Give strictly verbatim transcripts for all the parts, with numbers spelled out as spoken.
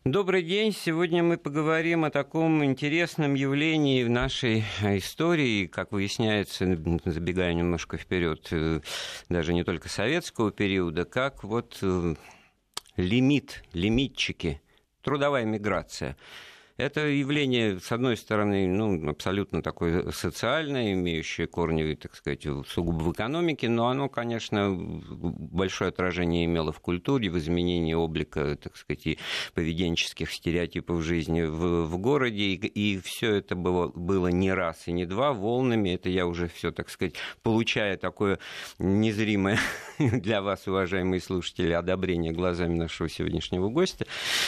Добрый день. Сегодня мы поговорим о таком интересном явлении в нашей истории, как выясняется, забегая немножко вперед, даже не только советского периода, как вот лимит, лимитчики, трудовая миграция. Это явление, с одной стороны, ну, абсолютно такое социальное, имеющее корни, так сказать, сугубо в экономике, но оно, конечно, большое отражение имело в культуре, в изменении облика, так сказать, и поведенческих стереотипов жизни в, в городе, и, и все это было, было не раз и не два волнами. Это я уже все, так сказать, получая такое незримое для вас, уважаемые слушатели, одобрение глазами нашего сегодняшнего гостя,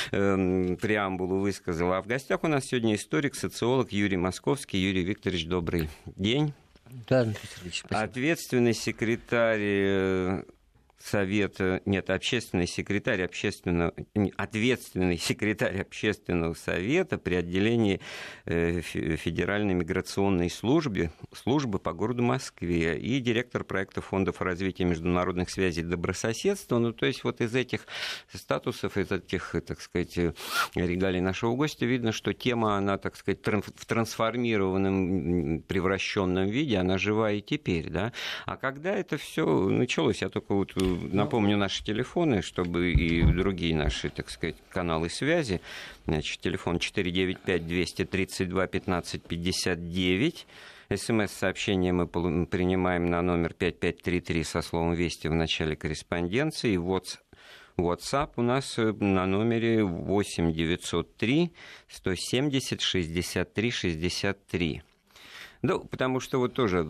э, преамбулу высказала. А в гостях у нас сегодня историк, социолог Юрий Московский. Юрий Викторович, добрый день. Да, Дмитрий Сергеевич, спасибо. Ответственный секретарь Совета, нет, общественный секретарь общественного, ответственный секретарь общественного совета при отделении Федеральной миграционной службы, службы по городу Москве и директор проекта фондов развития международных связей и добрососедства. Ну, то есть вот из этих статусов, из этих, так сказать, регалий нашего гостя видно, что тема, она, так сказать, в трансформированном, превращенном виде, она жива и теперь, да. А когда это все началось, я только вот напомню наши телефоны, чтобы и другие наши, так сказать, каналы связи. Значит, телефон четыре девять пять двести тридцать два пятнадцать пятьдесят девять. СМС-сообщение мы принимаем на номер пять пять три три со словом «Вести» в начале корреспонденции. WhatsApp у нас на номере восемь девятьсот три сто семьдесят шестьдесят три шестьдесят три. Ну, потому что вот тоже,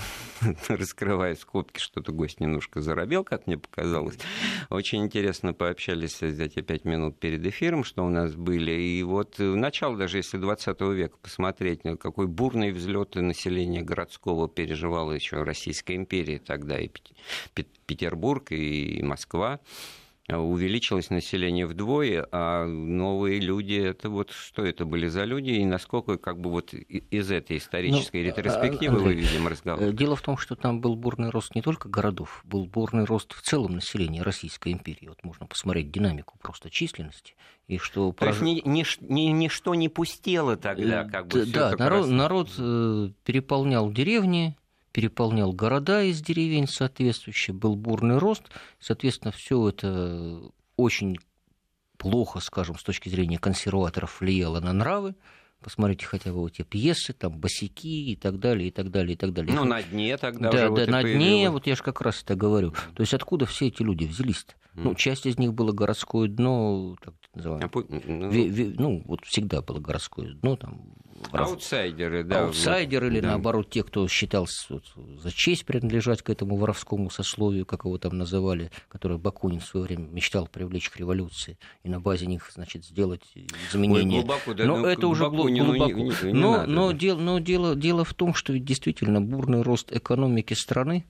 раскрывая скобки, что-то гость немножко заробел, как мне показалось. Очень интересно пообщались за эти пять минут перед эфиром, что у нас были. И вот начало, даже если двадцатого века посмотреть, какой бурный взлет населения городского переживала еще Российская империя тогда, и Петербург, и Москва. Увеличилось население вдвое, а новые люди, это вот что это были за люди, и насколько как бы вот из этой исторической ну, ретроспективы Андрей, мы видим разговор? Дело в том, что там был бурный рост не только городов, был бурный рост в целом населения Российской империи. Вот можно посмотреть динамику просто численности. И что То прож... есть ни, ни, ничто не пустело тогда? Как бы, да, народ, раз... народ переполнял деревни, переполнял города из деревень соответствующие, был бурный рост, соответственно, все это очень плохо, скажем, с точки зрения консерваторов влияло на нравы. Посмотрите хотя бы вот эти пьесы, там, босяки и так далее, и так далее, и так далее. Ну, на дне тогда да, уже да, вот на появилось. дне, вот я же как раз это говорю. То есть откуда все эти люди взялись-то? Mm. Ну, часть из них было городское дно, так называемое. А, ну... Ви, ви, ну, вот всегда было городское дно, там. Аутсайдеры, да. Аутсайдеры, вот, или да. наоборот, те, кто считался вот, за честь принадлежать к этому воровскому сословию, как его там называли, который Бакунин в свое время мечтал привлечь к революции, и на базе них, значит, сделать изменения. Ой, глубоко, да, но ну, это уже Бакунину глубоко. Не, не, не но надо, но, да. дело, но дело, дело в том, что ведь действительно бурный рост экономики страны,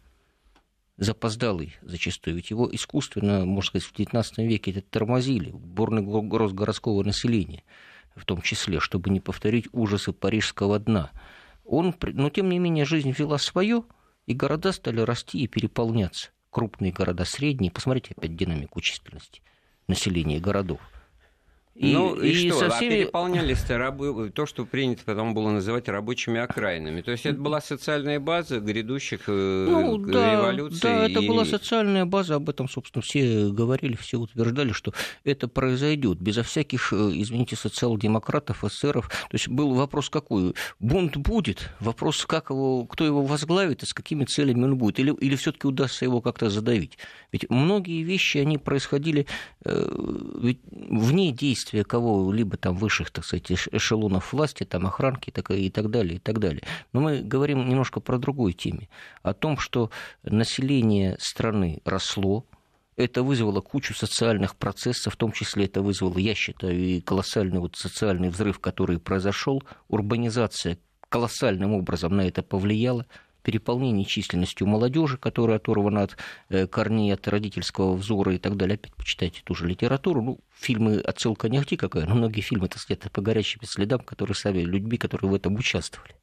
запоздалый зачастую, ведь его искусственно, можно сказать, в девятнадцатом веке это тормозили, бурный рост городского населения, в том числе, чтобы не повторить ужасы парижского дна. Он, но, тем не менее, жизнь вела свое, и города стали расти и переполняться. Крупные города, средние. Посмотрите опять динамику численности населения городов. И, ну и, и что, всеми... а переполнялись-то рабы, то, что принято потом было называть рабочими окраинами. То есть это была социальная база грядущих ну, да, революций. Да, и... это была социальная база, об этом, собственно, все говорили, все утверждали, что это произойдет безо всяких, извините, социал-демократов, эсеров. То есть был вопрос какой? Бунт будет, вопрос, как его, кто его возглавит и с какими целями он будет, или, или все-таки удастся его как-то задавить. Ведь многие вещи, они происходили э, ведь вне действия кого-либо там высших, так сказать, эшелонов власти, там охранки так, и так далее, и так далее. Но мы говорим немножко про другой теме, о том, что население страны росло, это вызвало кучу социальных процессов, в том числе это вызвало, я считаю, и колоссальный вот социальный взрыв, который произошел, урбанизация колоссальным образом на это повлияла, переполнение численностью молодежи, которая оторвана от э, корней, от родительского взора и так далее. Опять почитайте ту же литературу. Ну, фильмы, отсылка не ахти какая, но многие фильмы, так сказать, по горячим следам, которые сами людьми, которые в этом участвовали.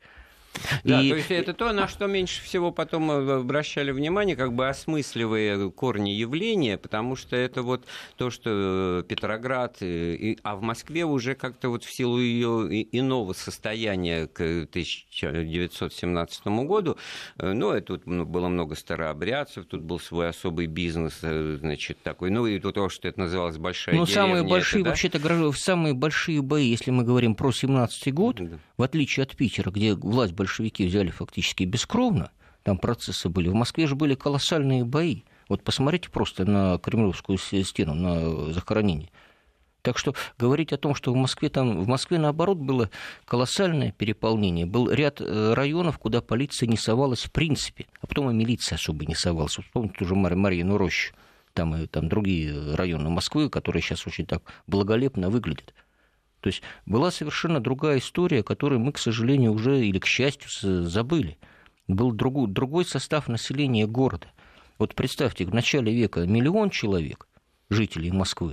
Да, и... то есть это то, на что меньше всего потом обращали внимание, как бы осмысливая корни явления, потому что это вот то, что Петроград, и, а в Москве уже как-то вот в силу ее иного состояния к тысяча девятьсот семнадцатому году, ну, тут было много старообрядцев, тут был свой особый бизнес, значит, такой, ну, и то, что это называлось большая ну, деревня. самые большие, это, да? вообще-то, самые большие бои, если мы говорим про семнадцатый год, да. В отличие от Питера, где власть большевики взяли фактически бескровно, там процессы были. В Москве же были колоссальные бои. Вот посмотрите просто на Кремлевскую стену, на захоронение. Так что говорить о том, что в Москве, там, в Москве наоборот было колоссальное переполнение. Был ряд районов, куда полиция не совалась в принципе, а потом и милиция особо не совалась. Вот помните уже Марь, Марьину рощу, там и там другие районы Москвы, которые сейчас очень так благолепно выглядят. То есть была совершенно другая история, которую мы, к сожалению, уже или к счастью забыли. Был другой, другой состав населения города. Вот представьте, в начале века миллион человек, жителей Москвы,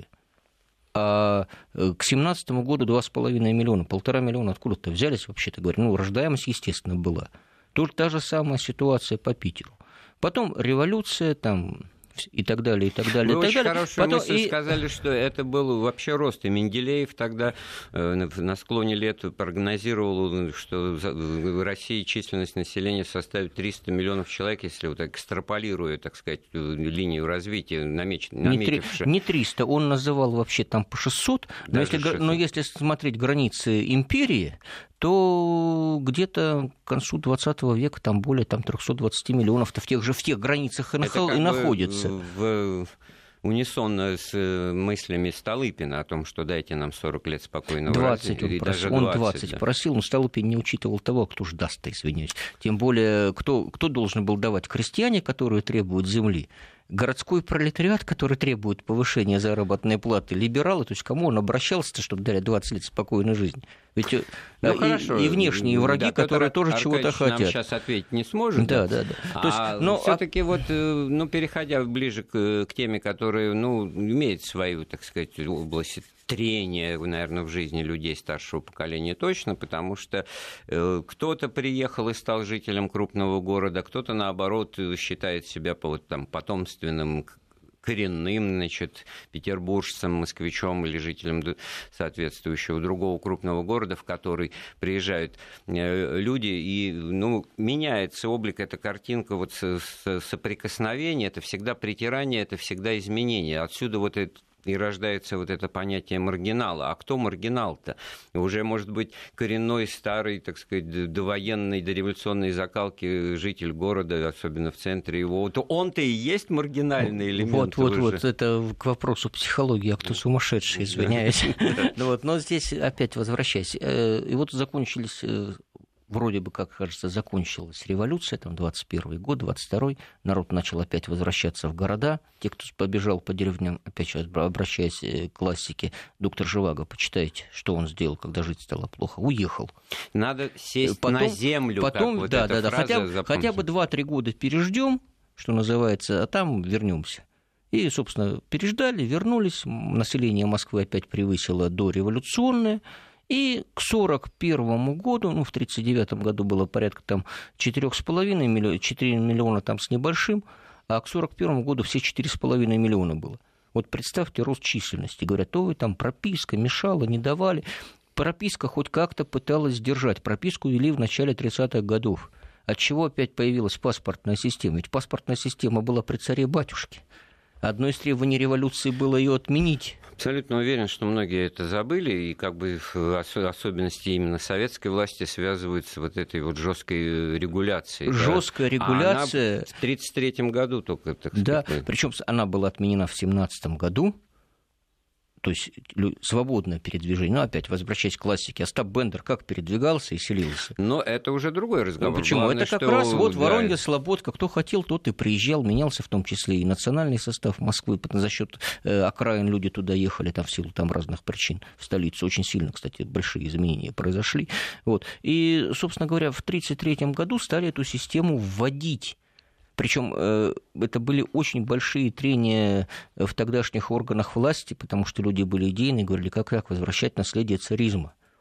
а к семнадцатому году два с половиной миллиона, полтора миллиона откуда-то взялись, вообще-то говоря. Ну, рождаемость, естественно, была. Тут та же самая ситуация по Питеру. Потом революция, там... и так далее, и так далее. Вы и так очень далее. хорошую Потом мысль и... сказали, что это был вообще рост. И Менделеев тогда э, на склоне лет прогнозировал, что в России численность населения составит триста миллионов человек, если вот экстраполируя, так сказать, линию развития, намеч... наметивши. Не триста, он называл вообще там по шестьсот, но если, но если смотреть границы империи, то где-то к концу двадцатого века там более там, триста двадцать миллионов-то в тех же в тех границах и, нах... и находится. В унисон с мыслями Столыпина о том, что дайте нам сорок лет спокойного двадцать развития. Он, прос... он двадцать да. просил, но Столыпин не учитывал того, кто же даст-то, извиняюсь. Тем более, кто, кто должен был давать? Крестьяне, которые требуют земли, городской пролетариат, который требует повышения заработной платы, либералы, то есть кому он обращался-то, чтобы дали двадцать лет спокойной жизни? Ведь ну, и, хорошо, и внешние враги, да, которые тоже Аркадьевич чего-то хотят. Нам сейчас ответить не сможет. Да, да, да. А то есть, но... все-таки вот, ну, переходя ближе к, к теме, которая, ну, имеет свою, так сказать, область трения, наверное, в жизни людей старшего поколения точно, потому что э, кто-то приехал и стал жителем крупного города, кто-то, наоборот, считает себя там, потомственным, коренным, значит, петербуржцем, москвичом или жителем соответствующего другого крупного города, в который приезжают люди, и, ну, меняется облик, эта картинка вот соприкосновения, это всегда притирание, это всегда изменение. Отсюда вот это и рождается вот это понятие маргинала. А кто маргинал-то? Уже, может быть, коренной, старый, так сказать, довоенный, дореволюционной закалки житель города, особенно в центре его, то он-то и есть маргинальный элемент. Вот, вот, вот, это к вопросу психологии, а кто сумасшедший, извиняюсь. Но здесь опять возвращаясь. И вот закончились... Вроде бы, как кажется, закончилась революция, там двадцать первый год, двадцать второй, народ начал опять возвращаться в города. Те, кто побежал по деревням, опять сейчас обращаясь к классике, доктор Живаго, почитайте, что он сделал, когда жить стало плохо. Уехал. Надо сесть потом, на землю, потом, как вот да, эта да, фраза, да, хотя, хотя бы два-три года переждем, что называется, а там вернемся. И, собственно, переждали, вернулись, население Москвы опять превысило дореволюционное. И к сорок первому году, ну, в тридцать девятом году было порядка там четыре с половиной миллиона, четыре миллиона там с небольшим, а к сорок первому году все четыре с половиной миллиона было. Вот представьте рост численности. Говорят, ой, там прописка мешала, не давали. Прописка хоть как-то пыталась сдержать. Прописку ввели в начале тридцатых годов. Отчего опять появилась паспортная система? Ведь паспортная система была при царе-батюшке. Одно из требований революции было ее отменить. Абсолютно уверен, что многие это забыли, и как бы особенности именно советской власти связываются вот этой вот жесткой регуляцией. Жесткая да? регуляция. А она в тридцать третьем году только, так сказать. Да, причем она была отменена в семнадцатом году. То есть свободное передвижение. Ну, опять, возвращаясь к классике, Остап Бендер как передвигался и селился? Но это уже другой разговор. Ну, почему? Главное, это как что... раз вот да. Воронья, Слободка, кто хотел, тот и приезжал, менялся в том числе и национальный состав Москвы. За счет э, окраин люди туда ехали, там, в силу там, разных причин, в столицу. Очень сильно, кстати, большие изменения произошли. Вот. И, собственно говоря, в тридцать третьем году стали эту систему вводить. Причем э, это были очень большие трения в тогдашних органах власти, потому что люди были идейные, говорили, как, как возвращать наследие царизма.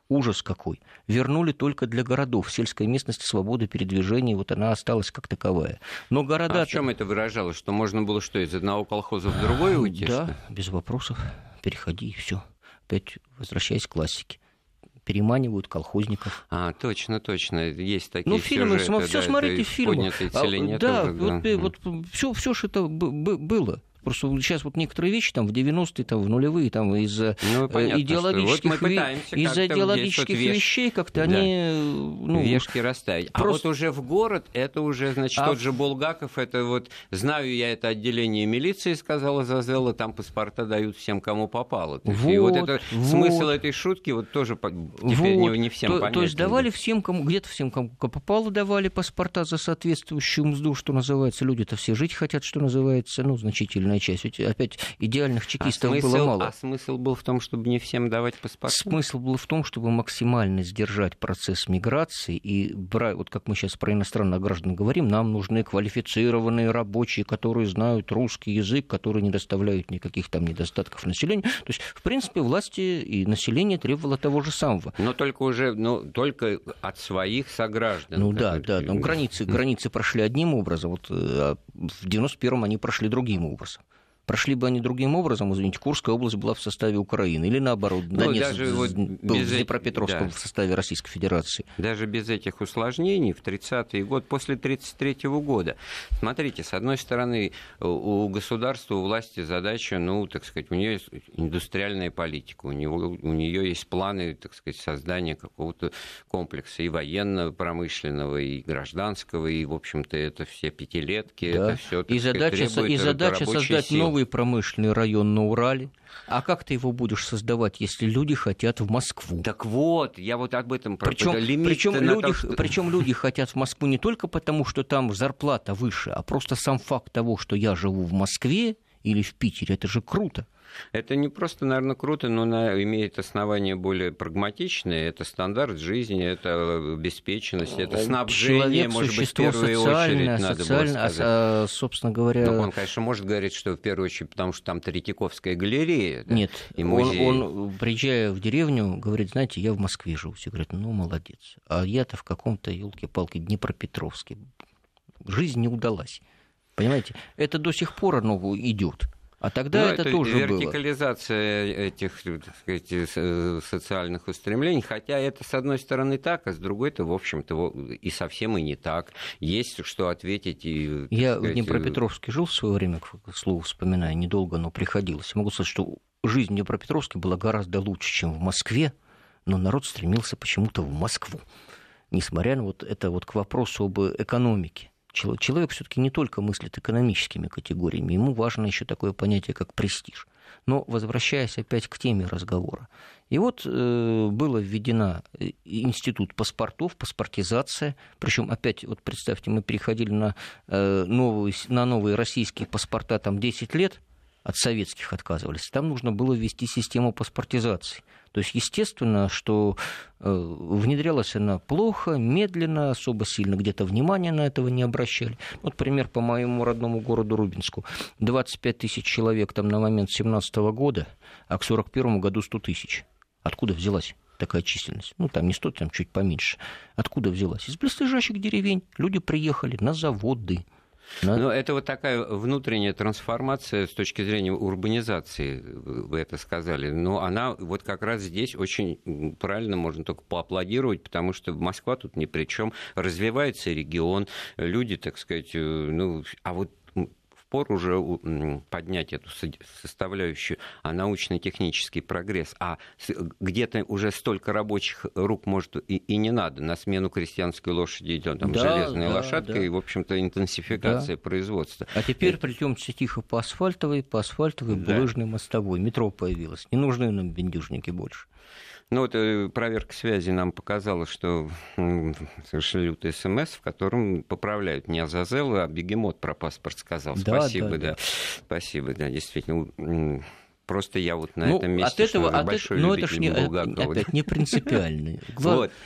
Ужас какой. Вернули только для городов. В сельской местности свобода передвижения, вот она осталась как таковая. Но города... А в чем это выражалось? Что можно было что, из одного колхоза в другой уйти? Да, без вопросов. Переходи, и все. Опять возвращаясь к классике. Переманивают колхозников. А, точно, точно. Есть такие ну, фильмы, сюжеты. Все да, смотрите фильмы. А, да, тоже, вот, да. вот, все, все же это было. Просто сейчас вот некоторые вещи там в девяностые, там, в нулевые, там, из-за ну, понятно, идеологических, вот из-за идеологических вот вещей как-то да. они... Ну, вешки расставить. Просто... А вот уже в город, это уже, значит, а... тот же Булгаков, это вот, знаю я это отделение милиции, сказала Зазелла, там паспорта дают всем, кому попало. То вот, и вот это вот. Смысл этой шутки вот тоже теперь вот. не, не всем то, понятен. То есть давали всем, кому, где-то всем, кому попало, давали паспорта за соответствующую мзду, что называется. Люди-то все жить хотят, что называется, ну, значительная часть. Ведь опять идеальных чекистов а смысл, было мало. А смысл был в том, чтобы не всем давать паспорта? Смысл был в том, чтобы максимально сдержать процесс миграции и брать, вот как мы сейчас про иностранных граждан говорим, нам нужны квалифицированные рабочие, которые знают русский язык, которые не доставляют никаких там недостатков населению. То есть, в принципе, власти и население требовало того же самого. Но только уже, ну, только от своих сограждан. Ну да, да, но границы, границы прошли одним образом, вот а в девяносто первом они прошли другим образом. Прошли бы они другим образом, извините, Курская область была в составе Украины, или наоборот, ну, Донецк вот был с Днепропетровском да. в составе Российской Федерации. Даже без этих усложнений в тридцатые годы, после тридцать третьего года, смотрите, с одной стороны, у государства, у власти задача, ну, так сказать, у нее есть индустриальная политика, у, него, у нее есть планы, так сказать, создания какого-то комплекса и военно-промышленного, и гражданского, и, в общем-то, это все пятилетки, да. это все, и задача, требует и задача создать силы. Новый промышленный район на Урале. А как ты его будешь создавать, если люди хотят в Москву? Так вот, я вот об этом причем, причем, люди, то, что... причем люди хотят в Москву не только потому, что там зарплата выше, а просто сам факт того, что я живу в Москве или в Питере, это же круто. Это не просто, наверное, круто, но на, имеет основания более прагматичные. Это стандарт жизни, это обеспеченность, это снабжение, человек, может быть, в первую очередь, надо было сказать. А, собственно говоря... Но он, конечно, может говорить, что в первую очередь, потому что там Третьяковская галерея. Да? Нет, и музей. Он, он, приезжая в деревню, говорит, знаете, я в Москве живу. Все говорят, ну, молодец. А я-то в каком-то, елки-палки, Днепропетровске. Жизнь не удалась. Понимаете? Это до сих пор оно идет. А тогда ну, это, это тоже было. Вертикализация этих, так сказать, социальных устремлений, хотя это с одной стороны так, а с другой-то, в общем-то, и совсем и не так. Есть что ответить. И, Я сказать, в Днепропетровске жил в свое время, к слову вспоминаю, недолго, но приходилось. Могу сказать, что жизнь в Днепропетровске была гораздо лучше, чем в Москве, но народ стремился почему-то в Москву. Несмотря на вот это вот к вопросу об экономике. Человек все-таки не только мыслит экономическими категориями, ему важно еще такое понятие, как престиж. Но возвращаясь опять к теме разговора. И вот э, был введен институт паспортов, паспортизация. Причем опять, вот представьте, мы переходили на, э, новые, на новые российские паспорта там десять лет, от советских отказывались. Там нужно было ввести систему паспортизации. То есть, естественно, что э, внедрялась она плохо, медленно, особо сильно где-то внимания на этого не обращали. Вот пример по моему родному городу Рубинску. двадцать пять тысяч человек там на момент семнадцатого года, а к сорок первому году сто тысяч. Откуда взялась такая численность? Ну, там не сто, там чуть поменьше. Откуда взялась? Из близлежащих деревень. Люди приехали на заводы. Да? Ну, это вот такая внутренняя трансформация с точки зрения урбанизации, вы это сказали. Но она вот как раз здесь очень правильно, можно только поаплодировать, потому что Москва тут ни при чем. Развивается регион, люди, так сказать, ну, а вот пор уже поднять эту составляющую, а научно-технический прогресс, а где-то уже столько рабочих рук, может, и, и не надо. На смену крестьянской лошади идет там, да, железная да, лошадка да. и, в общем-то, интенсификация да. производства. А теперь и... придёмте тихо по асфальтовой, по асфальтовой, да. булыжной, мостовой. Метро появилось. Не нужны нам бендюжники больше. Ну, вот проверка связи нам показала, что совершили лютый СМС, в котором поправляют не Азазелла, а Бегемот про паспорт сказал. Да, Спасибо, да, да. да. Спасибо, да, действительно. Просто я вот на ну, этом месте от этого, что от большой это, любитель не, Булгакова. Опять не принципиально. Вот.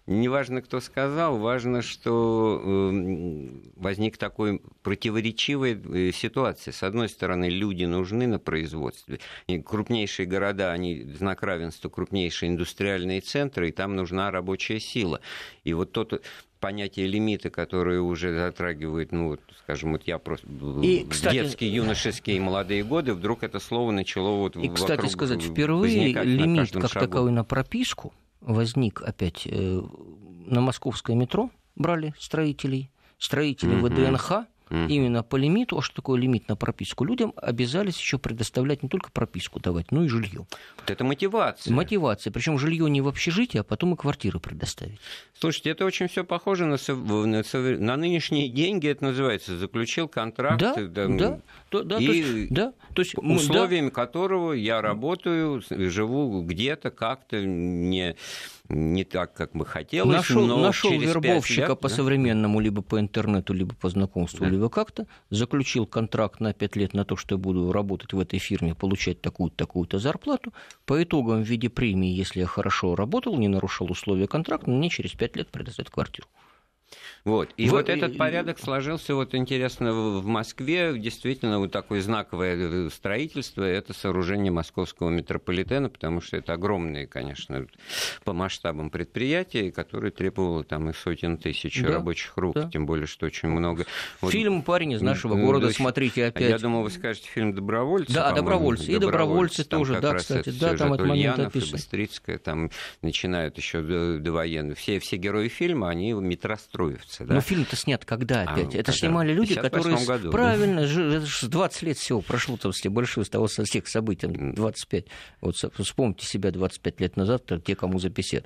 Не важно, кто сказал, важно, что э, возник такой противоречивая ситуация. С одной стороны, люди нужны на производстве. И крупнейшие города, они знак равенства, крупнейшие индустриальные центры, и там нужна рабочая сила. И вот тот понятие лимита, которое уже затрагивает, ну, вот, скажем, вот я просто и, кстати, детские, юношеские и молодые годы, вдруг это слово начало вот и, кстати сказать, впервые лимит как шагу. Таковой на прописку возник опять э, на московское метро, брали строителей, строители mm-hmm. ВДНХ, mm-hmm. именно по лимиту. А что такое лимит на прописку? Людям обязались еще предоставлять не только прописку давать, но и жилье. Вот это мотивация. Мотивация. Причем жилье не в общежитии, а потом и квартиры предоставить. Слушайте, это очень все похоже на, сов... на, сов... на нынешние деньги, это называется, заключил контракт. Да, да, да, да, и то есть, да, то есть, условиями да. которого я работаю, живу где-то как-то не... не так, как бы хотелось, нашел, но нашел через вербовщика лет, по да? современному, либо по интернету, либо по знакомству, да. либо как-то, заключил контракт на пять лет на то, что я буду работать в этой фирме, получать такую-то, такую-то зарплату. По итогам в виде премии, если я хорошо работал, не нарушал условия контракта, мне через пять лет предоставят квартиру. Вот. И в... вот этот порядок сложился, вот интересно, в Москве. Действительно, вот такое знаковое строительство – это сооружение московского метрополитена, потому что это огромные, конечно, по масштабам предприятия, которые требовало там и сотен тысяч да, рабочих рук, да. тем более, что очень много. Фильм вот... «Парень из нашего города», смотрите опять. Я думал, вы скажете фильм «Добровольцы». Да, «Добровольцы». И «Добровольцы» тоже, да, кстати. Да, там этот момент описан. И Быстрицкая, там начинают еще довоенные. Все, все герои фильма, они метростроевцы. Да? Но фильм-то снят когда опять? А, это снимали люди, которые... году, правильно, да? двадцать лет всего прошло, там, если большое с того, со всех событий, двадцать пять. Вот вспомните себя двадцать пять лет назад, те, кому за пятьдесят.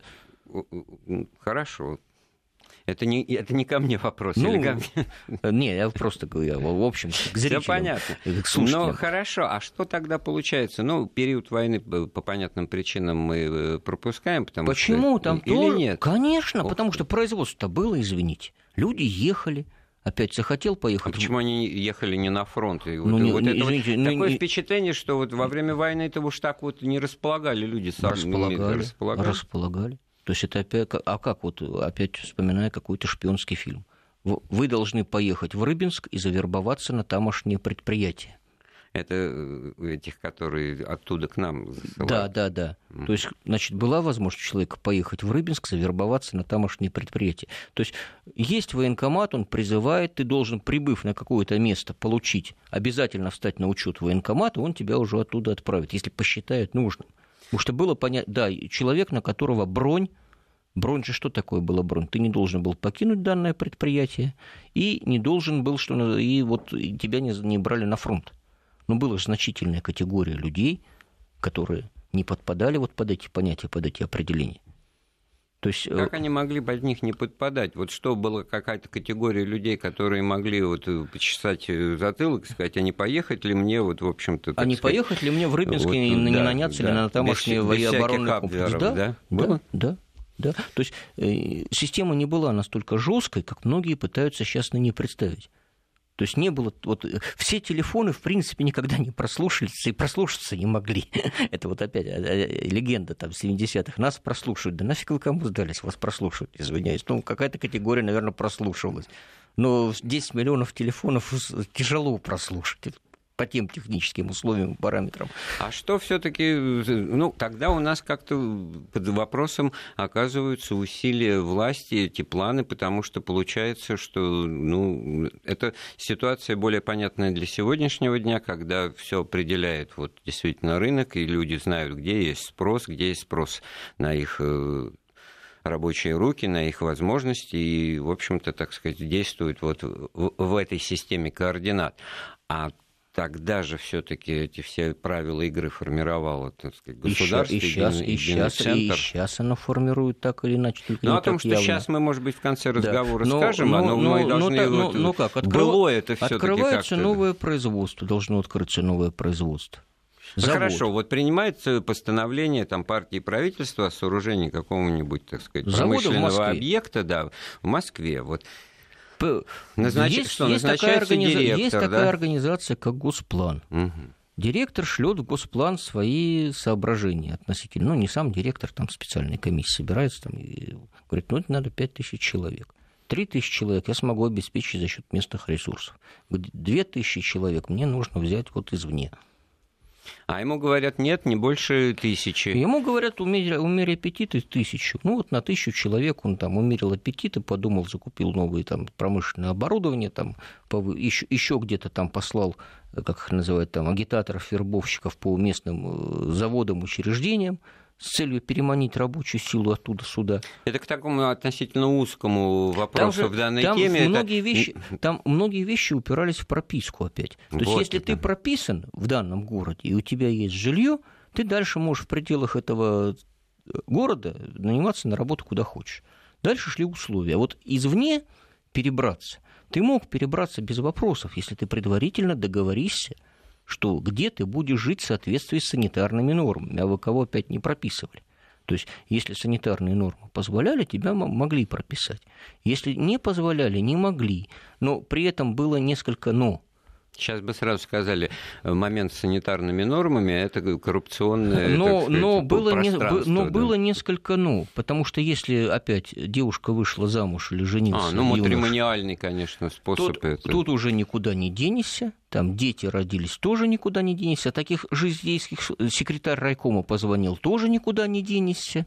Хорошо. Это не, это не ко мне вопрос. Ну, или ко мне? Не, я просто говорю, в общем, к зрителям. Все понятно. К слушателям. Ну, хорошо. А что тогда получается? Ну, период войны по понятным причинам мы пропускаем, потому Почему? что... Там или тоже... нет? Конечно, Ох. Потому что производство-то было, извините. Люди ехали. Опять захотел поехать. А почему они ехали не на фронт? И ну, вот, не, вот не, это извините, вот ну, такое не... впечатление, что вот во время войны-то уж так вот не располагали люди. Сами располагали, располагали. располагали. То есть это опять... А как вот, опять вспоминая какой-то шпионский фильм. Вы должны поехать в Рыбинск и завербоваться на тамошнее предприятие. Это этих, которые оттуда к нам засылают. Да, да, да. Mm. То есть, значит, была возможность у человека поехать в Рыбинск, завербоваться на тамошнее предприятие. То есть, есть военкомат, он призывает, ты должен, прибыв на какое-то место, получить, обязательно встать на учет военкомата, он тебя уже оттуда отправит, если посчитает нужным. Потому что было понятно, да, человек, на которого бронь, бронь же что такое была бронь? Ты не должен был покинуть данное предприятие и не должен был, что и вот тебя не, не брали на фронт. Но была значительная категория людей, которые не подпадали вот под эти понятия, под эти определения. То есть, как они могли под них не подпадать? Вот что была какая-то категория людей, которые могли вот почесать затылок и сказать, а не поехать ли мне, вот, в общем-то... А не сказать, поехать ли мне в Рыбинск вот, и не да, наняться да, ли на тамошний военно-оборонный комплекс? Да, да? Да, да, да. То есть э, система не была настолько жесткой, как многие пытаются сейчас на ней представить. То есть не было... Вот, все телефоны, в принципе, никогда не прослушались и прослушаться не могли. Это вот опять легенда там семидесятых. Нас прослушивают. Да нафиг вы кому сдались вас прослушивать, извиняюсь. Ну, какая-то категория, наверное, прослушивалась. Но десять миллионов телефонов тяжело прослушать по тем техническим условиям, параметрам. А что все-таки, ну, тогда у нас как-то под вопросом оказываются усилия власти, эти планы, потому что получается, что, ну, это ситуация более понятная для сегодняшнего дня, когда все определяет вот действительно рынок, и люди знают, где есть спрос, где есть спрос на их рабочие руки, на их возможности, и, в общем-то, так сказать, действуют вот в, в этой системе координат. А тогда же все-таки эти все правила игры формировало, так сказать, государство, и сейчас, единый, и сейчас, центр. И сейчас оно формирует так или иначе. Ну, о том, что явно. Сейчас мы, может быть, в конце разговора да. но, скажем, но, но, но мы должны... Но, вот, но, но как? Открыв... Было это все-таки Открывается как-то... новое производство, должно открыться новое производство. Ну, хорошо, вот принимается постановление там, партии и правительства о сооружении какого-нибудь, так сказать, промышленного объекта, да, в Москве. Вот. Назнач... Есть, что, есть, такая организа... директор, есть да? такая организация, как Госплан. Угу. Директор шлет в Госплан свои соображения относительно, ну, не сам директор, там специальная комиссия собирается, там, и говорит, ну, это надо пять тысяч человек. три тысячи человек я смогу обеспечить за счет местных ресурсов. две тысячи человек мне нужно взять вот извне. А ему говорят, нет, не больше тысячи. Ему говорят, умерь, умерь аппетиты тысячу. Ну вот на тысячу человек он там умерил аппетиты, подумал, закупил новые там промышленное оборудование, там, еще, еще где-то там послал, как их называют, там, агитаторов, вербовщиков по местным заводам, учреждениям, с целью переманить рабочую силу оттуда сюда. Это к такому относительно узкому вопросу там же, в данной там теме. Многие это... вещи, там многие вещи упирались в прописку опять. То вот есть, если это. ты прописан в данном городе, и у тебя есть жилье, ты дальше можешь в пределах этого города наниматься на работу куда хочешь. Дальше шли условия. Вот извне перебраться ты мог перебраться без вопросов, если ты предварительно договоришься, что где ты будешь жить в соответствии с санитарными нормами, а вы кого опять не прописывали. То есть, если санитарные нормы позволяли, тебя могли прописать. Если не позволяли, не могли. Но при этом было несколько «но». Сейчас бы сразу сказали, момент с санитарными нормами – это коррупционное но, сказать, но, было не, но да. было несколько «но», потому что если опять девушка вышла замуж или женился… А, ну, матримониальный, конечно, способ. Тут, это. тут уже никуда не денешься, там дети родились, тоже никуда не денешься, таких житейских секретарь райкома позвонил, тоже никуда не денешься.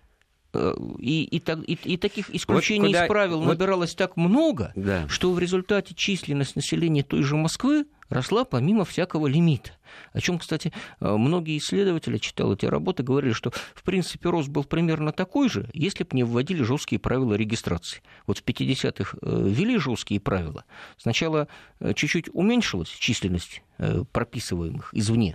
И, и, и, и таких исключений вот куда, из правил вот, набиралось так много, да. что в результате численность населения той же Москвы росла помимо всякого лимита. О чем, кстати, многие исследователи, читал эти работы, говорили, что в принципе рост был примерно такой же, если бы не вводили жесткие правила регистрации. Вот в пятидесятых ввели жесткие правила. Сначала чуть-чуть уменьшилась численность прописываемых извне.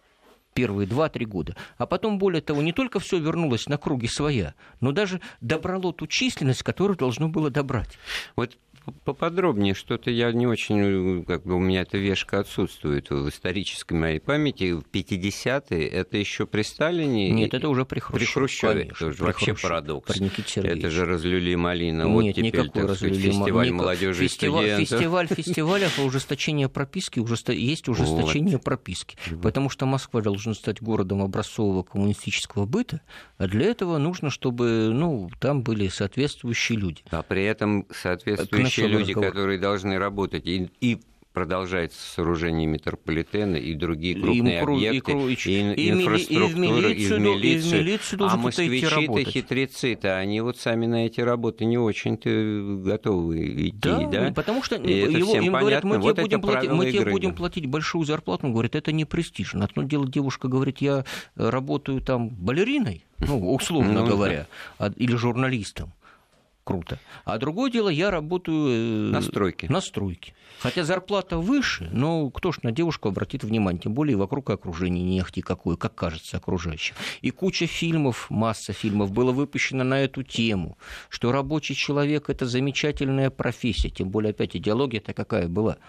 Первые два-три года. А потом, более того, не только все вернулось на круги своя, но даже добрало ту численность, которую должно было добрать. Вот поподробнее, что-то я не очень, как бы у меня эта вешка отсутствует в исторической моей памяти. В пятидесятые это еще при Сталине? Нет, это уже при Хрущеве. При Хрущеве, конечно, это же при вообще Хрущеве, парадокс. При это же разлюли малина. Нет, вот теперь, никакой так сказать, разлюли фестиваль никак... молодежи фестиваль, и студентов. Фестиваль фестивалях, ужесточение прописки, ужесто... есть ужесточение вот. прописки. Потому что Москва должна стать городом образцового коммунистического быта, а для этого нужно, чтобы ну, там были соответствующие люди. А при этом соответствующие люди, разговора. которые должны работать и, и продолжается сооружение метрополитена и другие крупные и, объекты, и, и, и, и инфраструктура, и в милицию, и в милицию. И в милицию а москвичи-то, хитрецы-то, они вот сами на эти работы не очень-то готовы идти, да? да? Потому что его, им говорят, мы тебе, вот будем, платить, мы тебе будем платить большую зарплату, он говорит, это не престижно. Одно дело, девушка говорит, я работаю там балериной, ну, условно говоря, или журналистом. Круто. А другое дело, я работаю на стройке. на стройке. Хотя зарплата выше, но кто ж на девушку обратит внимание? Тем более вокруг окружения не ахти какое, как кажется окружающим. И куча фильмов, масса фильмов было выпущено на эту тему, что рабочий человек – это замечательная профессия. Тем более, опять, идеология-то какая была?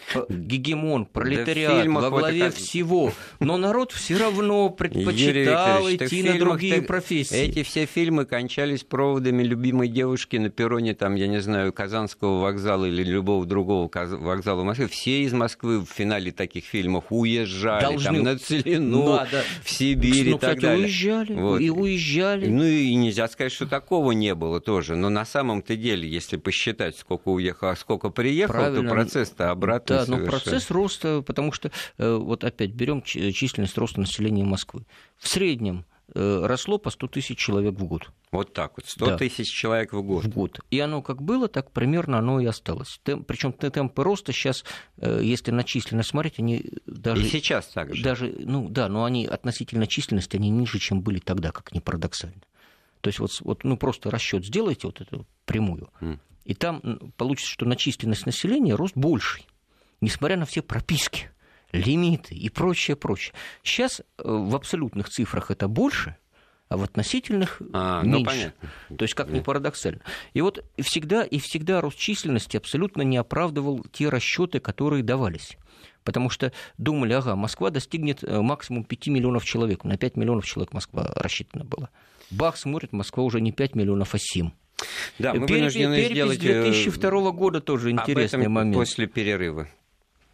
Гегемон, пролетариат да во главе вот это... всего. Но народ все равно предпочитал идти на другие профессии. Эти все фильмы кончались проводами любимой девушки на перроне, там, я не знаю, Казанского вокзала или любого другого вокзала в Москве. Все из Москвы в финале таких фильмов уезжали. Должны... Там, на Целину, Надо. в Сибирь ну, и так кстати, далее. уезжали. Вот. И уезжали. Ну и нельзя сказать, что такого не было тоже. Но на самом-то деле, если посчитать, сколько уехало, а сколько приехало, Правильно. то процесс-то обратно. Да, но процесс роста, потому что, вот опять, берем численность роста населения Москвы. В среднем росло по сто тысяч человек в год. Вот так вот, сто тысяч человек в год. В год. И оно как было, так примерно оно и осталось. Причем темпы роста сейчас, если на численность смотреть, они даже... И сейчас так же. Даже, ну да, но они относительно численности, они ниже, чем были тогда, как ни парадоксально. То есть вот, вот ну, просто расчет сделайте, вот эту прямую, mm. и там получится, что на численность населения рост больший. Несмотря на все прописки, лимиты и прочее, прочее. Сейчас в абсолютных цифрах это больше, а в относительных а, меньше. Ну, То есть, как ни парадоксально. И вот всегда и всегда рост численности абсолютно не оправдывал те расчеты, которые давались. Потому что думали, ага, Москва достигнет максимум пяти миллионов человек. На пять миллионов человек Москва рассчитана была. Бах, смотрит, Москва уже не пять миллионов, а семь. Да, мы Перепись, вынуждены перепись сделать... две тысячи второго года тоже интересный об этом момент. После перерыва.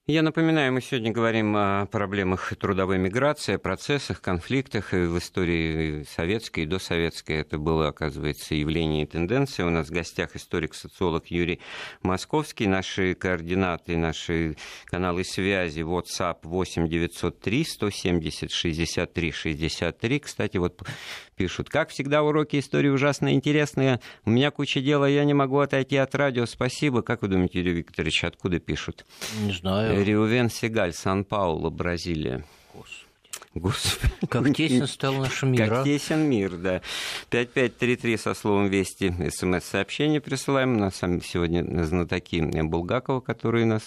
Я напоминаю, мы сегодня говорим о проблемах трудовой миграции, о процессах, конфликтах и в истории советской и досоветской. Это было, оказывается, явление и тенденция. У нас в гостях историк-социолог Юрий Московский. Наши координаты, наши каналы связи WhatsApp восемь девятьсот три сто семьдесят шестьдесят три шестьдесят три. Кстати, вот пишут, как всегда, уроки истории ужасно интересные. У меня куча дела, я не могу отойти от радио. Спасибо. Как вы думаете, Юрий Викторович, откуда пишут? Не знаю. Риувен Сегаль, Сан-Паулу, Бразилия. Господи. Господи. Как тесен стал наш мир, Как а? тесен мир, да. пять пять три три со словом «Вести» смс-сообщение присылаем. У нас сами сегодня знатоки Булгакова, которые нас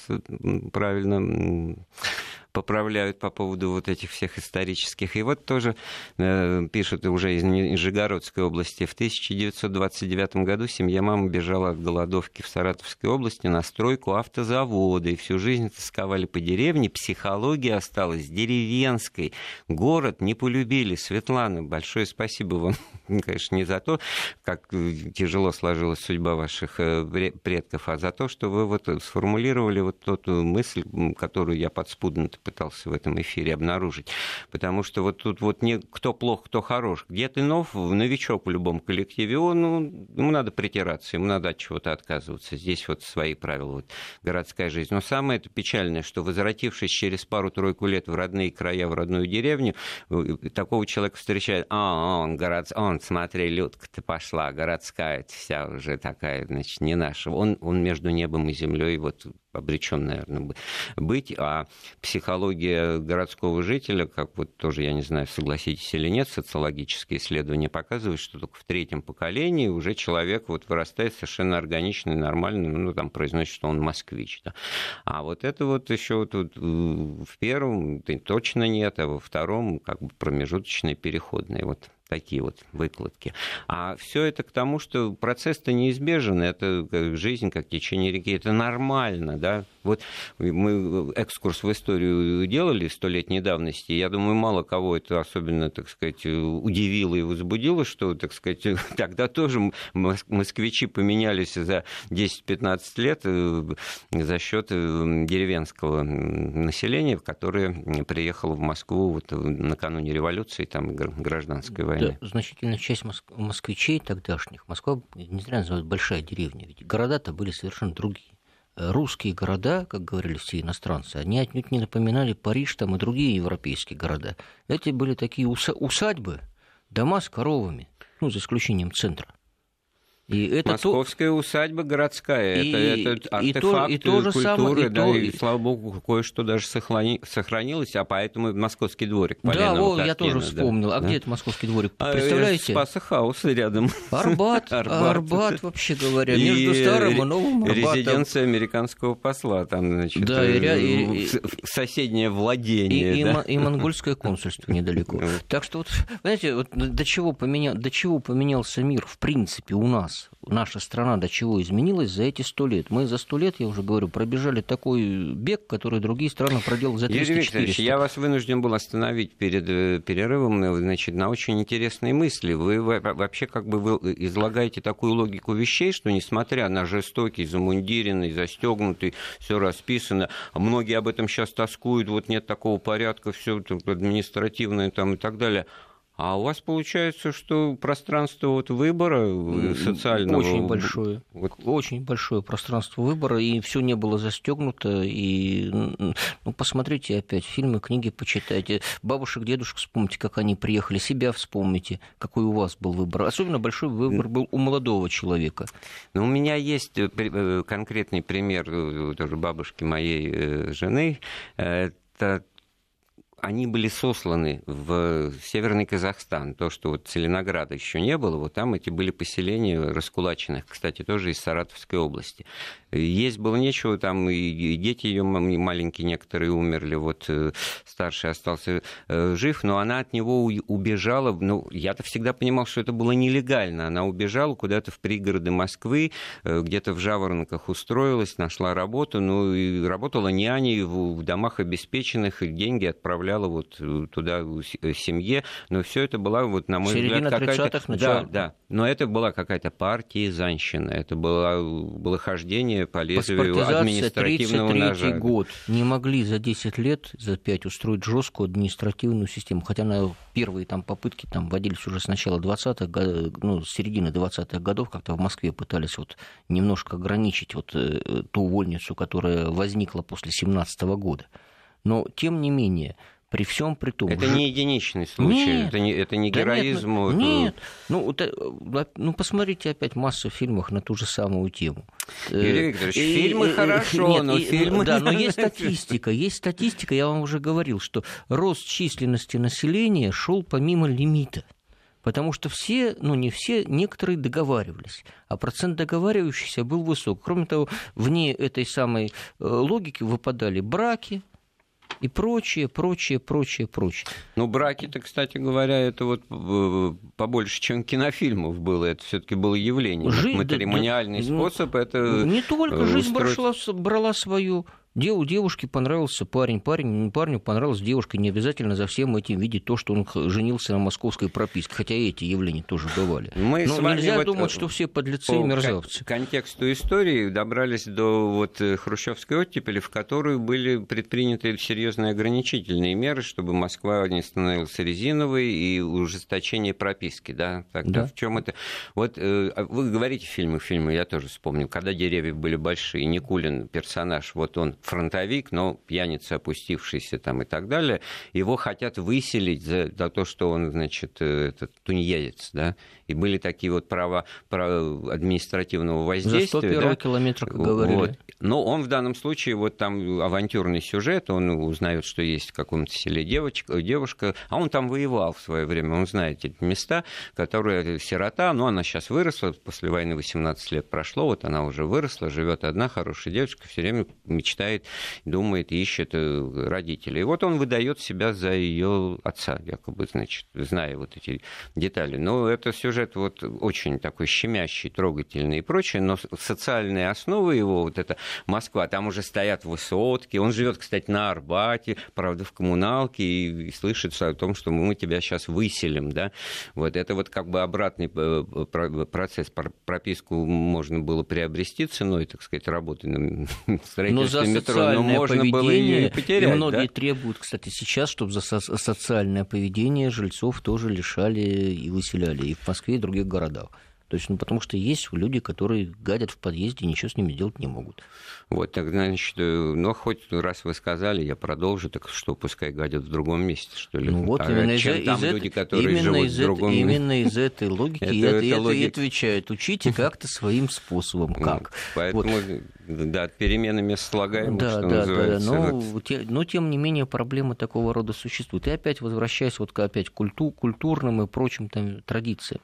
правильно поправляют по поводу вот этих всех исторических. И вот тоже э, пишут уже из Нижегородской области. В тысяча девятьсот двадцать девятом году семья мамы бежала от голодовки в Саратовской области на стройку автозавода. И всю жизнь тосковали по деревне. Психология осталась деревенской. Город не полюбили. Светлана, большое спасибо вам, конечно, не за то, как тяжело сложилась судьба ваших предков, а за то, что вы вот сформулировали вот ту мысль, которую я подспудно пытался в этом эфире обнаружить. Потому что вот тут вот не кто плох, кто хорош. Где ты нов, новичок в любом коллективе, он, ну, ему надо притираться, ему надо от чего-то отказываться. Здесь вот свои правила, вот, городская жизнь. Но самое это печальное, что, возвратившись через пару-тройку лет в родные края, в родную деревню, такого человека встречает, а, он, город... он смотри, Людка-то пошла, городская вся уже такая, значит, не наша. Он, он между небом и землей вот обречен, наверное, быть, а психология городского жителя, как вот тоже, я не знаю, согласитесь или нет, социологические исследования показывают, что только в третьем поколении уже человек вот вырастает совершенно органичный, нормальный, ну, там произносит, что он москвич, да. А вот это вот еще тут в первом точно нет, а во втором как бы промежуточные, переходные, вот такие вот выкладки. А все это к тому, что процесс-то неизбежен, это жизнь, как течение реки, это нормально, да. Вот мы экскурс в историю делали столетней давности, я думаю, мало кого это особенно, так сказать, удивило и возбудило, что, так сказать, тогда тоже москвичи поменялись за десять-пятнадцать лет за счет деревенского населения, которое приехало в Москву вот накануне революции, там, гражданской войны. Да, значительная часть моск- москвичей тогдашних, Москва не зря называют большая деревня, ведь города-то были совершенно другие. Русские города, как говорили все иностранцы, они отнюдь не напоминали Париж там, и другие европейские города. Эти были такие уса- усадьбы, дома с коровами, ну, за исключением центра. И это Московская то... усадьба городская, и, это, это артефакт и то, и то культуры, самое, и да, то... и, слава богу, кое-что даже сохрани... сохранилось, а поэтому Московский дворик. Да, вот, я тоже вспомнил. Да. А да? Где это Московский дворик? Представляете? Спаса Хаус рядом. Арбат, Арбат, Арбат, вообще говоря, между и старым и новым Арбатом. Резиденция американского посла, там, значит, да, и, и, соседнее владение. И, да? и, и монгольское консульство недалеко. Так что, вот, знаете, вот до чего поменял, до чего поменялся мир, в принципе, у нас, наша страна до чего изменилась за эти сто лет. Мы за сто лет, я уже говорю, пробежали такой бег, который другие страны проделали за триста-четыреста. Юрий Викторович, я вас вынужден был остановить перед перерывом, значит, на очень интересные мысли. Вы вообще как бы вы излагаете такую логику вещей, что несмотря на жестокий, замундиренный, застегнутый, все расписано, многие об этом сейчас тоскуют, вот нет такого порядка, все административное там и так далее. А у вас получается, что пространство вот выбора социального... Очень большое. Вот. Очень большое пространство выбора, и все не было застегнуто. И, ну, посмотрите опять фильмы, книги почитайте. Бабушек, дедушек вспомните, как они приехали. Себя вспомните, какой у вас был выбор. Особенно большой выбор был у молодого человека. Ну, у меня есть конкретный пример тоже бабушки моей жены. Это... Они были сосланы в Северный Казахстан. То, что вот Целинограда еще не было, вот там эти были поселения раскулаченных, кстати, тоже из Саратовской области. Есть было нечего, там и дети ее маленькие некоторые умерли, вот старший остался жив, но она от него убежала. Ну, я-то всегда понимал, что это было нелегально. Она убежала куда-то в пригороды Москвы, где-то в Жаворонках устроилась, нашла работу, ну и работала няней в домах обеспеченных, и деньги отправляла приезжала вот туда семье, но все это была, вот, на мой Середина взгляд, какая-то... тридцатых, начало... Да, да, но это была какая-то партизанщина, это было, было хождение по лезвию административного ножа. тридцать третий год. Не могли за десять лет, за пять устроить жесткую административную систему, хотя на первые там попытки там вводились уже с начала двадцатых, ну, с середины двадцатых годов, как-то в Москве пытались вот немножко ограничить вот ту вольницу, которая возникла после семнадцатого года. Но, тем не менее, при всем при том... Это ж... не единичный случай, нет, это не, это не да героизм. Нет, это... нет. Ну, это, ну, посмотрите опять массу фильмов на ту же самую тему. Юрий Викторович, и, фильмы и, хорошо, нет, но и, фильмы... Да, но есть статистика, есть статистика, я вам уже говорил, что рост численности населения шел помимо лимита. Потому что все, ну не все, некоторые договаривались, а процент договаривающихся был высок. Кроме того, вне этой самой логики выпадали браки, и прочее, прочее, прочее, прочее. Ну, браки-то, кстати говоря, это вот побольше, чем кинофильмов было. Это все-таки было явление. Жизнь, матримониальный да, способ. Да, это не только жизнь устроить... брала, брала свою. Дев, девушке понравился парень, парень, парню понравилась девушка. Не обязательно за всем этим видеть то, что он женился на московской прописке. Хотя и эти явления тоже бывали. Мы Но нельзя вот думать, что все подлецы и мерзавцы. По контексту истории добрались до вот хрущевской оттепели, в которой были предприняты серьезные ограничительные меры, чтобы Москва не становилась резиновой, и ужесточение прописки. Да? Тогда да. В чем это? Вот вы говорите фильмы, фильмы, я тоже вспомнил. Когда деревья были большие, Никулин, персонаж, вот он фронтовик, но пьяница, опустившийся там и так далее, его хотят выселить за, за то, что он, значит, этот тунеядец, да, и были такие вот права, права административного воздействия. За сто первого да? километра, как говорили. Вот. Но он в данном случае, вот там авантюрный сюжет, он узнает, что есть в каком-то селе девочка, девушка, а он там воевал в свое время, он знает эти места, которые сирота, но она сейчас выросла, после войны восемнадцать лет прошло, вот она уже выросла, живет одна хорошая девочка, все время мечтает, думает, ищет родителей. И вот он выдает себя за ее отца, якобы, значит, зная вот эти детали. Но это сюжет вот очень такой щемящий, трогательный и прочее, но социальные основы его, вот это Москва, там уже стоят высотки, он живет, кстати, на Арбате, правда, в коммуналке, и, и слышится о том, что мы тебя сейчас выселим, да, вот это вот как бы обратный процесс, прописку можно было приобрести ценой, так сказать, работы на строительстве метро, но можно было ее и потерять. И многие да? требуют, кстати, сейчас, чтобы за со- социальное поведение жильцов тоже лишали и выселяли и в Москве, и в других городах. То есть, ну, потому что есть люди, которые гадят в подъезде и ничего с ними делать не могут. Вот, так, значит, ну, хоть раз вы сказали, я продолжу, так что пускай гадят в другом месте, что ли. Ну, вот а именно чем из, там из люди, это, которые живут из в другом это, месте? Именно из этой логики и это, это логика. И отвечают. Учите как-то своим способом. Как? Поэтому, вот. Да, перемены мест слагаемых, да, что да, называется. Да, но, вот. те, но, тем не менее, проблемы такого рода существуют. И опять возвращаясь вот к опять культу, культурным и прочим там, традициям.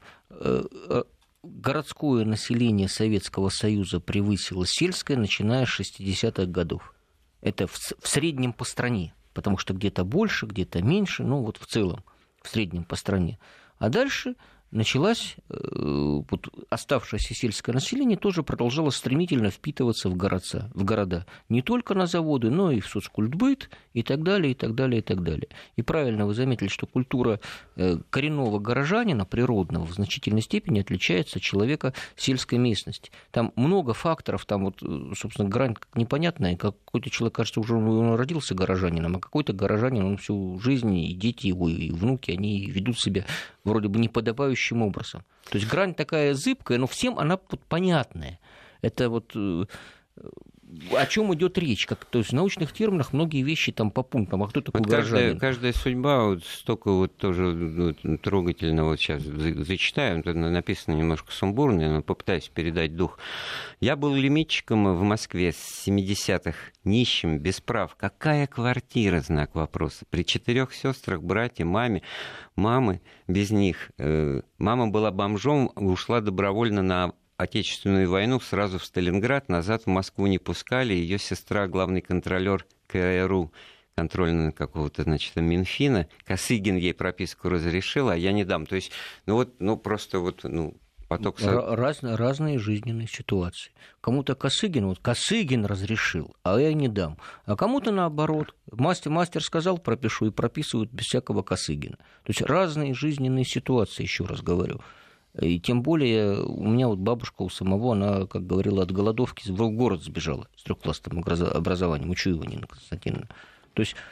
Городское население Советского Союза превысило сельское, начиная с шестидесятых годов. Это в, в среднем по стране, потому что где-то больше, где-то меньше, ну вот в целом, в среднем по стране. А дальше началась, вот, оставшееся сельское население тоже продолжало стремительно впитываться в города, в города. Не только на заводы, но и в соцкультбыт и так далее, и так далее, и так далее. И правильно вы заметили, что культура коренного горожанина, природного, в значительной степени отличается от человека сельской местности. Там много факторов, там вот, собственно, грань непонятная. Какой-то человек, кажется, уже он родился горожанином, а какой-то горожанин, он всю жизнь, и дети его, и внуки, они ведут себя вроде бы неподобающим образом. То есть грань такая зыбкая, но всем она понятная. Это вот о чем идет речь? Как, то есть в научных терминах многие вещи там по пунктам. А кто такой вот горожанин? Каждая, каждая судьба, вот столько вот тоже ну, трогательного, вот сейчас зачитаю, это написано немножко сумбурно, но попытаюсь передать дух. Я был лимитчиком в Москве с семидесятых, нищим, без прав. Какая квартира, знак вопроса. При четырех сестрах, брате, маме, мамы без них. Мама была бомжом, ушла добровольно на Отечественную войну, сразу в Сталинград, назад в Москву не пускали. Ее сестра, главный контролер КРУ, контрольного какого-то, значит, Минфина, Косыгин ей прописку разрешил, а я не дам. То есть, ну вот, ну просто вот, ну, поток... Раз, разные жизненные ситуации. Кому-то Косыгин, вот Косыгин разрешил, а я не дам. А кому-то наоборот. Мастер, мастер сказал, пропишу, и прописывают без всякого Косыгина. То есть разные жизненные ситуации, еще раз говорю. И тем более у меня вот бабушка у самого, она, как говорила, от голодовки в город сбежала с трехклассным образованием, Учуева Нина Константиновна. То есть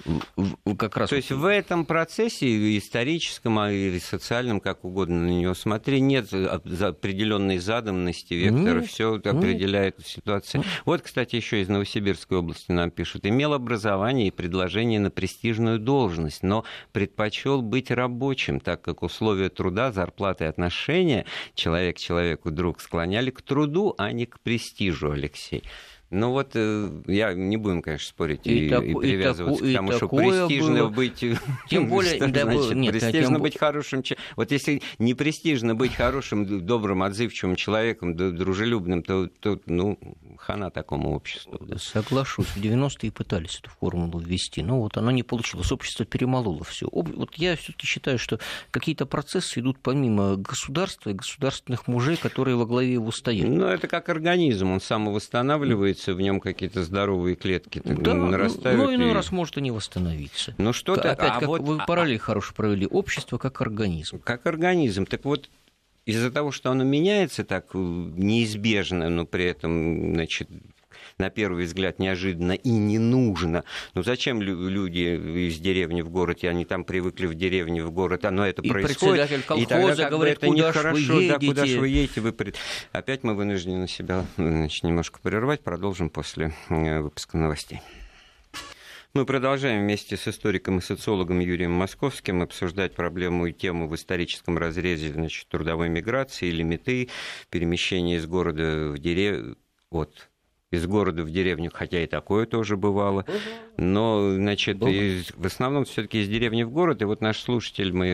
как раз... То есть в этом процессе историческом и социальном, как угодно на него смотри, нет определенной заданности вектора, все определяет ситуацию. Вот, кстати, еще из Новосибирской области нам пишут: имел образование и предложение на престижную должность, но предпочел быть рабочим, так как условия труда, зарплаты и отношения человек к человеку друг склоняли к труду, а не к престижу, Алексей. Ну вот, я не будем, конечно, спорить и, и, так, и привязываться и к тому, что престижно было... быть... Тем более... Что да, значит, нет, престижно тем... быть хорошим... Вот если не престижно быть хорошим, добрым, отзывчивым человеком, дружелюбным, то, то ну, хана такому обществу. Да. Соглашусь. В девяностые пытались эту формулу ввести, но вот она не получилась. Общество перемололо все. Вот я все-таки считаю, что какие-то процессы идут помимо государства и государственных мужей, которые во главе его стоят. Ну, это как организм, он самовосстанавливается, в нем какие-то здоровые клетки да, нарастают. Ну, иной и... раз может и не восстановиться. Ну, что-то... Опять, а как вот... вы параллель хорошо провели. Общество как организм. Как организм. Так вот, из-за того, что оно меняется так неизбежно, но при этом, значит, на первый взгляд неожиданно и не нужно. Ну зачем люди из деревни в город, и они там привыкли в деревне в город, оно это и происходит. Председатель колхоза и тогда как говорит, бы это куда нехорошо, вы да, куда же вы едете? едете? Вы... Опять мы вынуждены себя, значит, немножко прервать, продолжим после выпуска новостей. Мы продолжаем вместе с историком и социологом Юрием Московским обсуждать проблему и тему в историческом разрезе, значит, трудовой миграции, лимиты, перемещения из города в деревню. Вот. Из города в деревню, хотя и такое тоже бывало. Но, значит, из, в основном все-таки из деревни в город. И вот наш слушатель, мы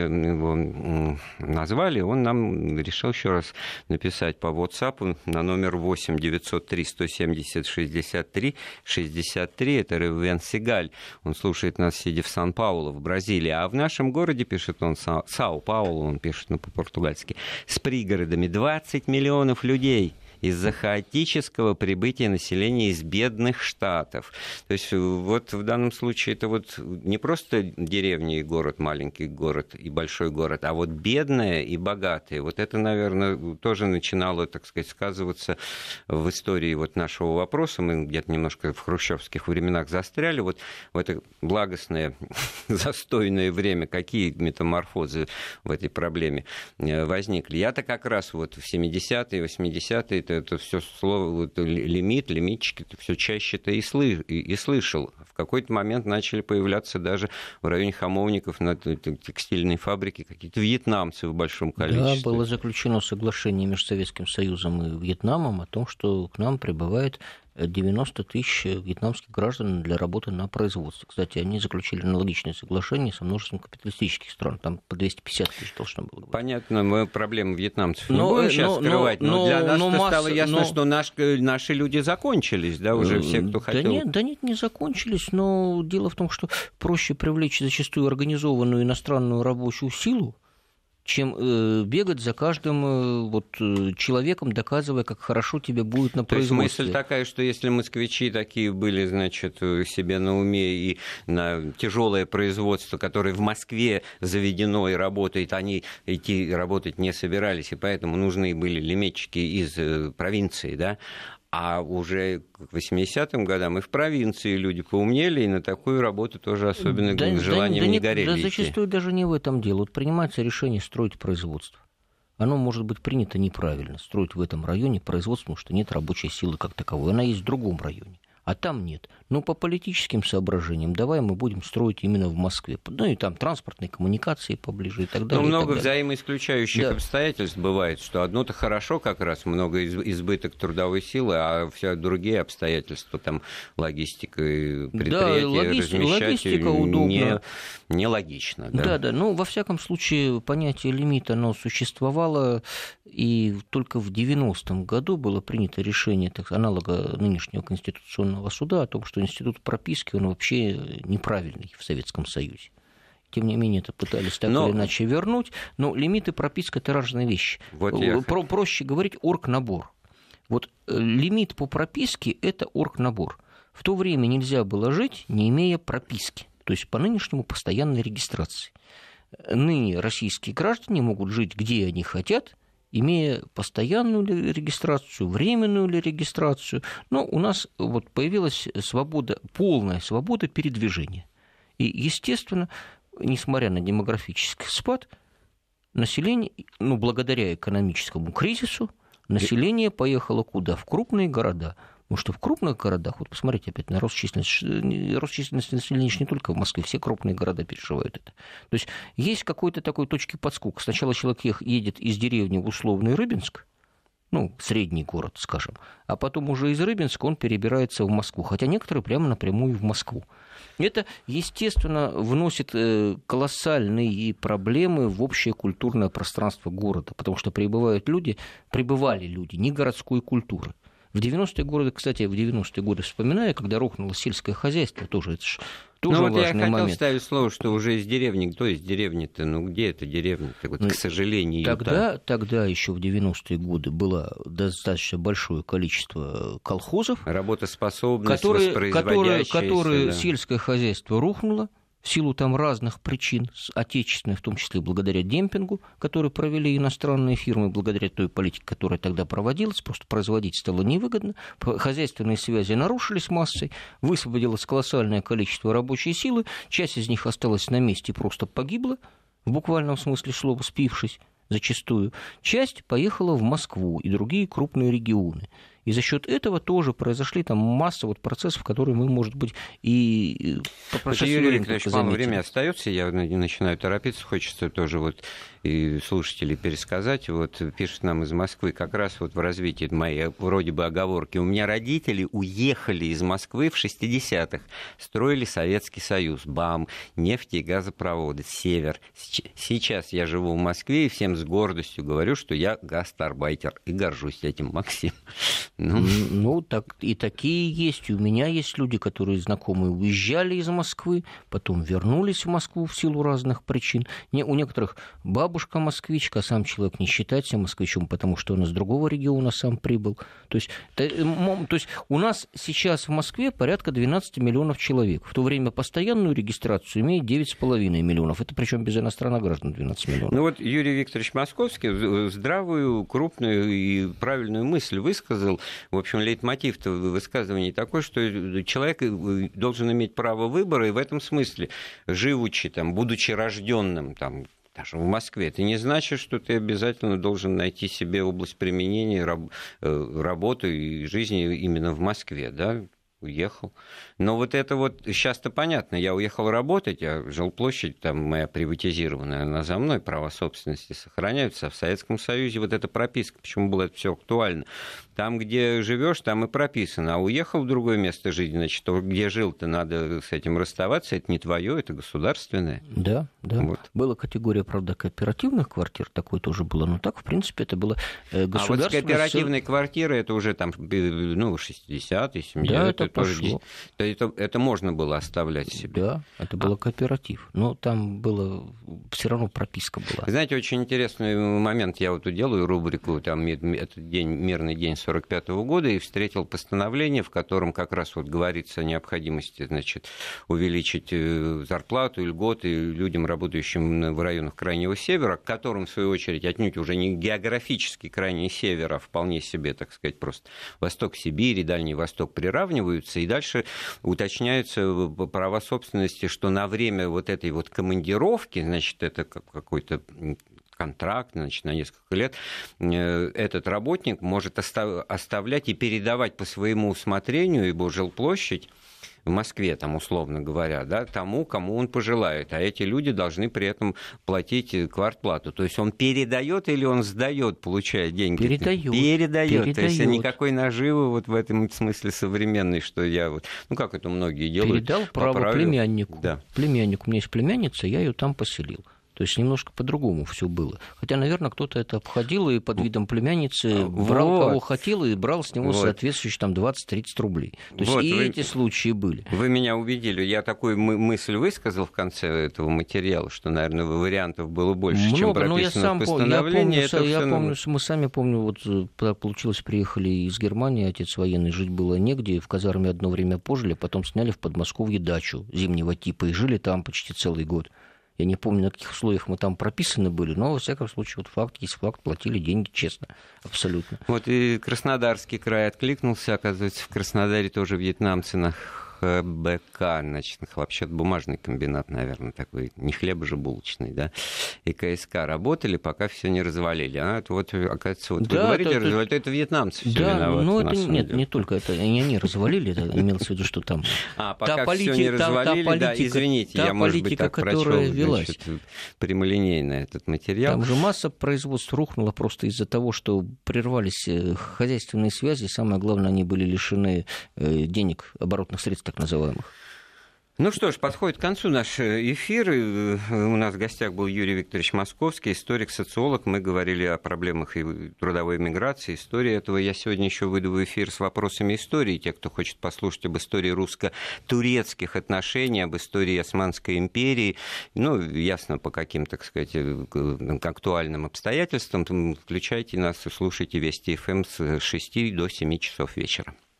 его назвали, он нам решил еще раз написать по WhatsApp на номер восемь девятьсот три сто семьдесят шестьдесят три шестьдесят три. Это Ревен Сигаль. Он слушает нас, сидя в Сан-Паулу, в Бразилии. А в нашем городе, пишет он, Сау-Паулу, он пишет, ну, по-португальски, с пригородами двадцать миллионов людей из-за хаотического прибытия населения из бедных штатов. То есть вот в данном случае это вот не просто деревня и город, маленький город и большой город, а вот бедное и богатое. Вот это, наверное, тоже начинало, так сказать, сказываться в истории вот нашего вопроса. Мы где-то немножко в хрущевских временах застряли. Вот в это благостное, застойное время какие метаморфозы в этой проблеме возникли. Я-то как раз вот в семидесятые, восьмидесятые это, это все слово, вот, лимит, лимитчики, это все чаще-то и, слы, и, и слышал. В какой-то момент начали появляться даже в районе Хамовников на текстильной фабрике какие-то вьетнамцы в большом количестве. Да, было заключено соглашение между Советским Союзом и Вьетнамом о том, что к нам прибывает девяносто тысяч вьетнамских граждан для работы на производстве. Кстати, они заключили аналогичные соглашения со множеством капиталистических стран. Там по двести пятьдесят тысяч должно было быть. Понятно, мы проблемы вьетнамцев не но, будем но, сейчас но, скрывать, но, но для нас но масса, стало ясно, но... что наш, наши люди закончились, да, уже все, кто да хотел. Нет, да нет, не закончились, но дело в том, что проще привлечь зачастую организованную иностранную рабочую силу, чем э, бегать за каждым э, вот, э, человеком, доказывая, как хорошо тебе будет на производстве. То есть мысль такая, что если москвичи такие были, значит, себе на уме и на тяжелое производство, которое в Москве заведено и работает, они идти работать не собирались, и поэтому нужны были лимитчики из э, провинции, да? А уже к восьмидесятым годам и в провинции люди поумнели, и на такую работу тоже особенно да, желанием да, не нет, горели. Да, идти. зачастую даже не в этом дело. Вот принимается решение строить производство. Оно может быть принято неправильно, строить в этом районе производство, потому что нет рабочей силы как таковой. Она есть в другом районе, а там нет. Но по политическим соображениям давай мы будем строить именно в Москве. Ну и там транспортные коммуникации поближе и так далее. Но много далее. взаимоисключающих да. обстоятельств бывает, что одно-то хорошо как раз, много избыток трудовой силы, а все другие обстоятельства, там логистика и предприятия да, логистика, размещать логистика удобна. Не, нелогично. Да? да, да. Ну, во всяком случае, понятие лимита, оно существовало, и только в девяностом году было принято решение так, аналога нынешнего Конституционного суда о том, что институт прописки, он вообще неправильный в Советском Союзе. тем не менее, это пытались так но... или иначе вернуть. Но лимит и прописка – это разные вещи. Вот я... Про, проще говорить, оргнабор. Вот лимит по прописке – это оргнабор. В то время нельзя было жить, не имея прописки, то есть по нынешнему постоянной регистрации. Ныне российские граждане могут жить, где они хотят, имея постоянную регистрацию, временную ли регистрацию. Но у нас вот появилась свобода, полная свобода передвижения. И, естественно, несмотря на демографический спад, население, ну, благодаря экономическому кризису, население поехало куда? В крупные города. Потому что в крупных городах, вот посмотрите опять на рост численности, рост численности населения не только в Москве, все крупные города переживают это. То есть есть какой-то такой точки подскока. Сначала человек едет из деревни в условный Рыбинск, ну, средний город, скажем, а потом уже из Рыбинска он перебирается в Москву, хотя некоторые прямо напрямую в Москву. Это, естественно, вносит колоссальные проблемы в общее культурное пространство города, потому что прибывают люди, прибывали люди не городской культуры. В девяностые годы, кстати, в девяностые годы вспоминаю, когда рухнуло сельское хозяйство, тоже это же тоже ну, важный вот я хотел момент. вставить слово, что уже из деревни, кто из деревни-то, ну где эта деревня-то, вот, ну, к сожалению. Тогда, тогда еще в девяностые годы было достаточно большое количество колхозов, работоспособность, которые, которые, которые да. Сельское хозяйство рухнуло, в силу там разных причин, отечественных, в том числе благодаря демпингу, который провели иностранные фирмы, благодаря той политике, которая тогда проводилась, просто производить стало невыгодно, хозяйственные связи нарушились массой, высвободилось колоссальное количество рабочей силы, часть из них осталась на месте и просто погибла, в буквальном смысле слова, спившись зачастую, часть поехала в Москву и другие крупные регионы. И за счет этого тоже произошли там масса вот процессов, которые мы, может быть, и по прошествии времени Юрий Викторович, мало времени остается, я начинаю торопиться, хочется тоже вот и слушателей пересказать. Вот пишет нам из Москвы, как раз вот в развитии моей вроде бы оговорки. У меня родители уехали из Москвы в шестидесятых, строили Советский Союз, БАМ, нефти и газопроводы, Север. Сейчас я живу в Москве и всем с гордостью говорю, что я гастарбайтер, и горжусь этим, Максим. Ну, ну так, и такие есть. И у меня есть люди, которые знакомые уезжали из Москвы, потом вернулись в Москву в силу разных причин. Не, у некоторых бабушка москвичка, а сам человек не считает себя москвичом, потому что он из другого региона сам прибыл. То есть, то, то есть у нас сейчас в Москве порядка двенадцать миллионов человек. В то время постоянную регистрацию имеет девять с половиной миллионов. Это причем без иностранных граждан двенадцать миллионов. Ну вот Юрий Викторович Московский здравую, крупную и правильную мысль высказал. В общем, лейтмотив-то в высказывании такой, что человек должен иметь право выбора, и в этом смысле, живучи, там, будучи рожденным там, даже в Москве, это не значит, что ты обязательно должен найти себе область применения, раб, работы и жизни именно в Москве, да? Уехал. Но вот это вот сейчас-то понятно. Я уехал работать, а жилплощадь там моя приватизированная, она за мной, права собственности сохраняются. А в Советском Союзе вот эта прописка, почему было это все актуально? Там, где живешь, там и прописано. А уехал в другое место жизни, значит, то, где жил-то, надо с этим расставаться. Это не твое, это государственное. Да, да. Вот. Была категория, правда, кооперативных квартир, такое тоже было. Но так, в принципе, это было государственное. А вот кооперативные квартиры, это уже там, ну, шестидесятые, семидесятые. Да, это тоже... Это, это можно было оставлять себе. Да, это был а. кооператив. Но там было... Все равно прописка была. Знаете, очень интересный момент. Я вот делаю рубрику, там, этот день, мирный день сорок пятого года, и встретил постановление, в котором как раз вот говорится о необходимости, значит, увеличить зарплату и льготы людям, работающим в районах Крайнего Севера, к которым, в свою очередь, отнюдь уже не географически Крайний Север, а вполне себе, так сказать, просто Восток Сибири, Дальний Восток приравниваются, и дальше уточняются права собственности, что на время вот этой вот командировки, значит, это какой-то контракт, значит, на несколько лет, этот работник может оставлять и передавать по своему усмотрению его жилплощадь в Москве, там, условно говоря, да, тому, кому он пожелает. А эти люди должны при этом платить квартплату. То есть он передает или он сдает, получая деньги? Передает. Передает. Передает. То есть никакой наживы вот в этом смысле современной, что я вот... Ну, как это многие делают. Передал право правилу... племяннику. Да. Племянник. У меня есть племянница, я ее там поселил. То есть немножко по-другому все было. Хотя, наверное, кто-то это обходил и под видом племянницы брал вот. Кого хотел и брал с него вот. Соответствующие там двадцать-тридцать рублей. То вот есть и вы, эти случаи были. Вы меня убедили. Я такую мы- мысль высказал в конце этого материала, что, наверное, вариантов было больше, много, чем прописано я сам в постановлении. Я помню, я помню, мы сами помню, вот получилось, приехали из Германии, отец военный, жить было негде, в казарме одно время пожили, потом сняли в Подмосковье дачу зимнего типа и жили там почти целый год. Я не помню, на каких условиях мы там прописаны были, но, во всяком случае, вот факт есть факт, платили деньги честно, абсолютно. Вот и Краснодарский край откликнулся, оказывается, в Краснодаре тоже вьетнамцы на ха бэ ка, значит, хлопчатобумажный комбинат, наверное, такой, не хлеба же булочный, да, и ка эс ка работали, пока все не развалили. А это вот, оказывается, вот да, вы говорите, это, развалили, это, это вьетнамцы все да, виноваты. Ну, это нет, деле. Не только это, не они развалили, это имелось в виду, что там... А, пока та все не развалили, та, та политика, да, извините, я, может быть, так прочел, значит, прямолинейно этот материал. Там же масса производств рухнула просто из-за того, что прервались хозяйственные связи, самое главное, они были лишены денег, оборотных средств так называемых. Ну что ж, подходит к концу наш эфир. У нас в гостях был Юрий Викторович Московский, историк-социолог. Мы говорили о проблемах и трудовой миграции, истории этого. Я сегодня еще выйду в эфир с вопросами истории. Те, кто хочет послушать об истории русско-турецких отношений, об истории Османской империи, ну, ясно, по каким, так сказать, актуальным обстоятельствам, включайте нас и слушайте Вести эф эм с шести до семи часов вечера.